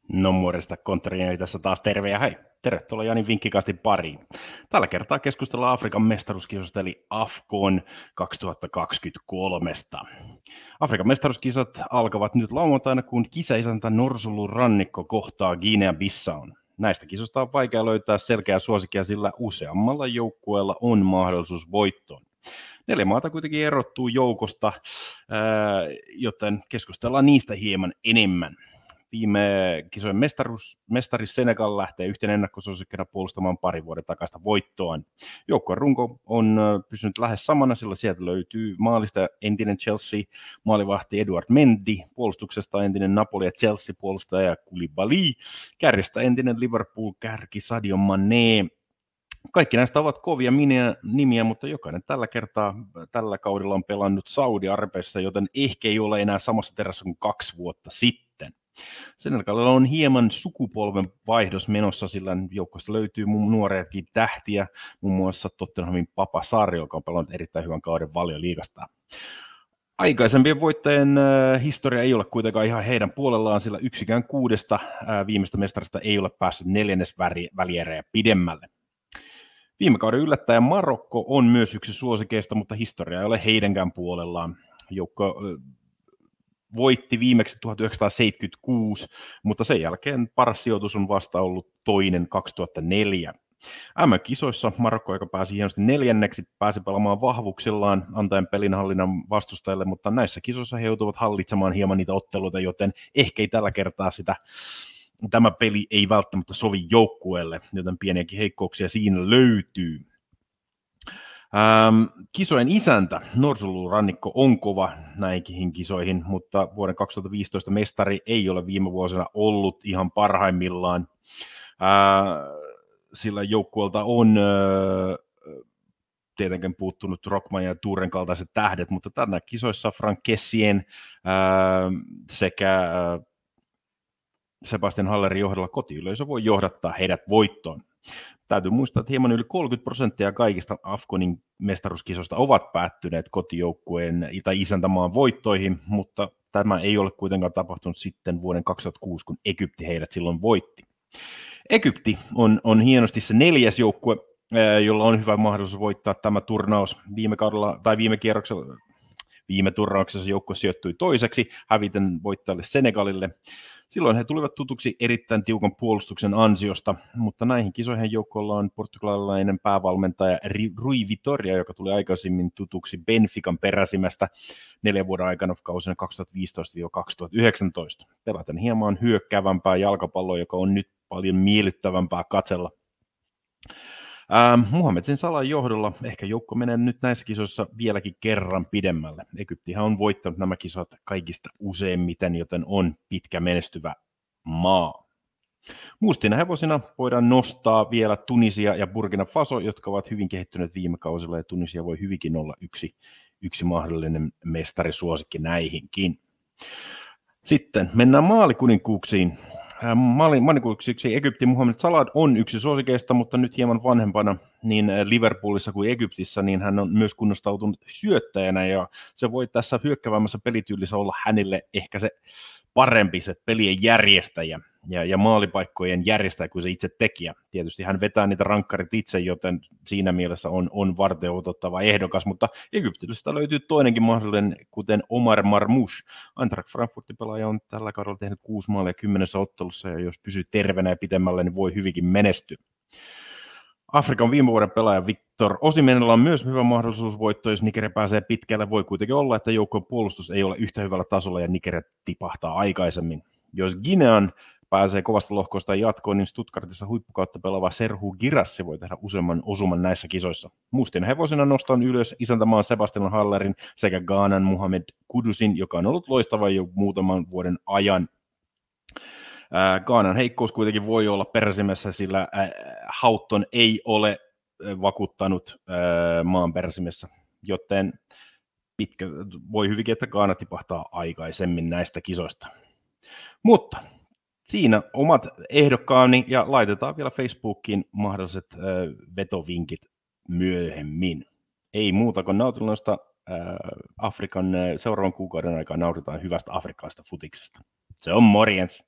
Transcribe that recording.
No morjesta, konttoriini tässä taas terve ja hei, tervetuloa Janin vinkkikastin pariin. Tällä kertaa keskustellaan Afrikan mestaruuskisosta eli AFCON 2023. Afrikan mestaruuskisat alkavat nyt lauantaina, kun kisaisäntä Norsulun rannikko kohtaa Guinea-Bissaun. Näistä kisosta on vaikea löytää selkeää suosikkia, sillä useammalla joukkueella on mahdollisuus voittoon. 4 maata kuitenkin erottuu joukosta, joten keskustellaan niistä hieman enemmän. Viime kisojen mestari Senegal lähtee yhtenä ennakkosuosikkina puolustamaan pari vuoden takaista voittoaan. Joukkueen runko on pysynyt lähes samana, sillä sieltä löytyy maalista entinen Chelsea maalivahti Edouard Mendy, puolustuksesta entinen Napoli ja Chelsea puolustaja Koulibaly, kärjestä entinen Liverpool-kärki Sadio Mané. Kaikki näistä ovat kovia nimiä, mutta jokainen tällä kaudella on pelannut Saudi-Arabiassa, joten ehkä ei ole enää samassa terässä kuin 2 vuotta sitten. Senegalilla on hieman sukupolven vaihdos menossa, sillä joukkoista löytyy nuoriakin tähtiä, muun muassa Tottenhamin Papa Sarri, joka on pelannut erittäin hyvän kauden Valioliigasta. Aikaisempien voittajien historia ei ole kuitenkaan ihan heidän puolellaan, sillä yksikään 6 viimeistä mestarista ei ole päässyt 4. välierää pidemmälle. Viime kauden yllättäjä Marokko on myös yksi suosikeista, mutta historia ei ole heidänkään puolellaan. Joukko voitti viimeksi 1976, mutta sen jälkeen paras sijoitus on vasta ollut toinen 2004. MM-kisoissa Marokko, joka pääsi hienosti 4., pääsi pelaamaan vahvuuksillaan antaen pelinhallinnan vastustajalle, mutta näissä kisoissa he joutuvat hallitsemaan hieman niitä otteluita, joten ehkä ei tällä kertaa tämä peli ei välttämättä sovi joukkueelle, joten pieniäkin heikkouksia siinä löytyy. Kisojen isäntä Norsulun rannikko on kova näihin kisoihin, mutta vuoden 2015 mestari ei ole viime vuosina ollut ihan parhaimmillaan. Sillä joukkueelta on tietenkin puuttunut Rockman ja Turen kaltaiset tähdet, mutta tänä kisoissa Frank Kessien sekä Sebastian Hallerin johdolla kotiyleisö voi johdattaa heidät voittoon. Täytyy muistaa, että hieman yli 30% kaikista AFCONin mestaruuskisoista ovat päättyneet kotijoukkueen tai isäntämaan voittoihin, mutta tämä ei ole kuitenkaan tapahtunut sitten vuoden 2006, kun Egypti heidät silloin voitti. Egypti on hienosti se 4. joukkue, jolla on hyvä mahdollisuus voittaa tämä turnaus. Viime turnauksessa joukkue sijoittui toiseksi häviten voittajalle Senegalille. Silloin he tulivat tutuksi erittäin tiukan puolustuksen ansiosta, mutta näihin kisoihin joukkoilla on portugalilainen päävalmentaja Rui Vitória, joka tuli aikaisemmin tutuksi Benfican peräsimästä 4 vuoden aikana kausina 2015-2019. Pelaten hieman hyökkäävämpää jalkapalloa, joka on nyt paljon miellyttävämpää katsella. Mohamed Bin Salah johdolla ehkä joukko menee nyt näissä kisoissa vieläkin kerran pidemmälle. Egyptihän on voittanut nämä kisat kaikista useimmiten, joten on pitkä menestyvä maa. Muistina hevosina voidaan nostaa vielä Tunisia ja Burkina Faso, jotka ovat hyvin kehittyneet viime kausilla, ja Tunisia voi hyvinkin olla yksi mahdollinen mestarisuosikki näihinkin. Sitten mennään maalikuninkuuksiin. Maalikuninkuuksiksi Egyptin Mohamed Salah on yksi suosikeista, mutta nyt hieman vanhempana niin Liverpoolissa kuin Egyptissä, niin hän on myös kunnostautunut syöttäjänä, ja se voi tässä hyökkäävämmässä pelityylissä olla hänelle ehkä se parempi, se pelien järjestäjä ja maalipaikkojen järjestäjä kuin se itse tekijä. Tietysti hän vetää niitä rankkarit itse, joten siinä mielessä on varteenotettava ehdokas, mutta Egyptistä löytyy toinenkin mahdollinen, kuten Omar Marmoush. Eintracht Frankfurtin pelaaja on tällä kaudella tehnyt 6 maalia 10 ottelussa, ja jos pysyy terveenä ja pitemmälle, niin voi hyvinkin menestyä. Afrikan viime vuoden pelaaja Victor Osimhenilla on myös hyvä mahdollisuus voittoa, jos Nigeria pääsee pitkälle. Voi kuitenkin olla, että joukkojen puolustus ei ole yhtä hyvällä tasolla ja Nigeria tipahtaa aikaisemmin. Jos Guinean pääsee kovasta lohkosta jatkoon, niin Stuttgartissa huippukautta pelaava Serhou Girassi voi tehdä useamman osuman näissä kisoissa. Mustin hevosina nostan ylös isäntämaan Sebastian Hallerin sekä Ghanan Mohamed Kudusin, joka on ollut loistava jo muutaman vuoden ajan. Ghanan heikkous kuitenkin voi olla peräsimessä, sillä Houghton ei ole vakuuttanut maan peräsimessä, joten voi hyvinkin, että Ghana tipahtaa aikaisemmin näistä kisoista. Mutta siinä omat ehdokkaani, ja laitetaan vielä Facebookiin mahdolliset vetovinkit myöhemmin. Ei muuta kuin nautinnoista Afrikan seuraavan kuukauden aikaa nautitaan hyvästä afrikkalaista futiksesta. Se on morjens!